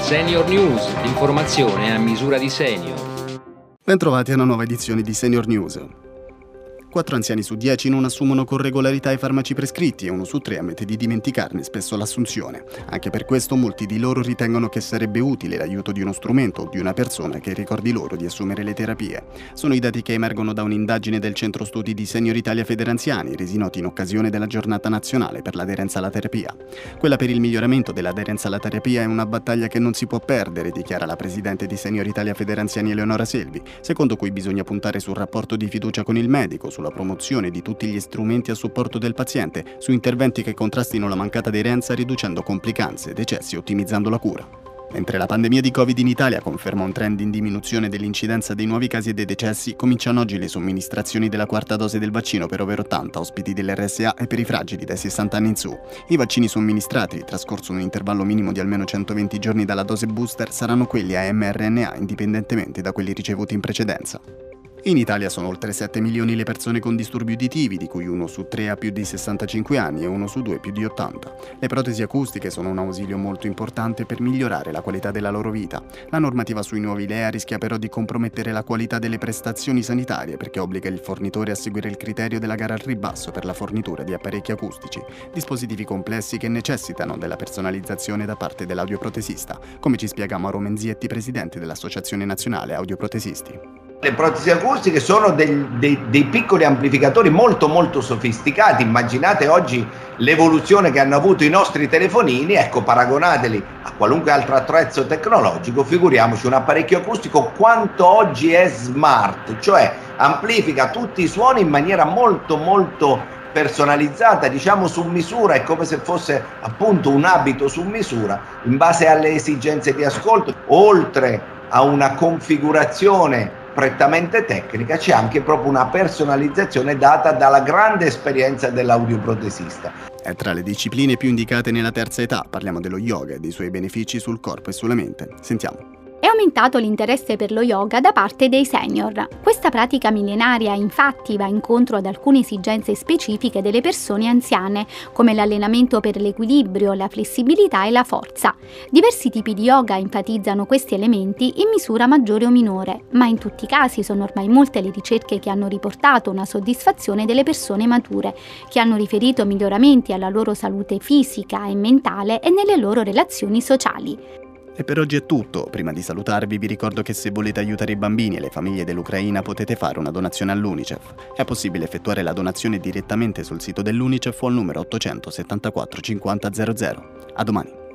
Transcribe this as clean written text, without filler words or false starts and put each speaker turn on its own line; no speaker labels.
Senior News, l'informazione a misura di senior.
Bentrovati a una nuova edizione di Senior News. 4 anziani su 10 non assumono con regolarità i farmaci prescritti e 1 su 3 ammette di dimenticarne spesso l'assunzione. Anche per questo molti di loro ritengono che sarebbe utile l'aiuto di uno strumento o di una persona che ricordi loro di assumere le terapie. Sono i dati che emergono da un'indagine del Centro Studi di Senior Italia Federanziani, resi noti in occasione della Giornata Nazionale per l'aderenza alla terapia. Quella per il miglioramento dell'aderenza alla terapia è una battaglia che non si può perdere, dichiara la presidente di Senior Italia Federanziani Eleonora Selvi, secondo cui bisogna puntare sul rapporto di fiducia con il medico, sulla promozione di tutti gli strumenti a supporto del paziente, su interventi che contrastino la mancata aderenza riducendo complicanze, decessi e ottimizzando la cura. Mentre la pandemia di Covid in Italia conferma un trend in diminuzione dell'incidenza dei nuovi casi e dei decessi, cominciano oggi le somministrazioni della quarta dose del vaccino per over 80, ospiti dell'RSA e per i fragili dai 60 anni in su. I vaccini somministrati, trascorso un intervallo minimo di almeno 120 giorni dalla dose booster, saranno quelli a mRNA indipendentemente da quelli ricevuti in precedenza. In Italia sono oltre 7 milioni le persone con disturbi uditivi, di cui 1 su 3 ha più di 65 anni e 1 su 2 più di 80. Le protesi acustiche sono un ausilio molto importante per migliorare la qualità della loro vita. La normativa sui nuovi LEA rischia però di compromettere la qualità delle prestazioni sanitarie perché obbliga il fornitore a seguire il criterio della gara al ribasso per la fornitura di apparecchi acustici, dispositivi complessi che necessitano della personalizzazione da parte dell'audioprotesista, come ci spiega Mauro Menzietti, presidente dell'Associazione Nazionale Audioprotesisti.
Le protesi acustiche sono dei piccoli amplificatori molto sofisticati. Immaginate oggi l'evoluzione che hanno avuto i nostri telefonini, ecco, paragonateli a qualunque altro attrezzo tecnologico, figuriamoci un apparecchio acustico quanto oggi è smart, cioè amplifica tutti i suoni in maniera molto personalizzata, diciamo su misura, è come se fosse appunto un abito su misura in base alle esigenze di ascolto. Oltre a una configurazione prettamente tecnica, c'è anche proprio una personalizzazione data dalla grande esperienza dell'audioprotesista.
È tra le discipline più indicate nella terza età, parliamo dello yoga e dei suoi benefici sul corpo e sulla mente. Sentiamo.
È aumentato l'interesse per lo yoga da parte dei senior. Questa pratica millenaria infatti va incontro ad alcune esigenze specifiche delle persone anziane, come l'allenamento per l'equilibrio, la flessibilità e la forza. Diversi tipi di yoga enfatizzano questi elementi in misura maggiore o minore, ma in tutti i casi sono ormai molte le ricerche che hanno riportato una soddisfazione delle persone mature, che hanno riferito miglioramenti alla loro salute fisica e mentale e nelle loro relazioni sociali.
E per oggi è tutto. Prima di salutarvi vi ricordo che se volete aiutare i bambini e le famiglie dell'Ucraina potete fare una donazione all'UNICEF. È possibile effettuare la donazione direttamente sul sito dell'UNICEF o al numero 874 50 00. A domani.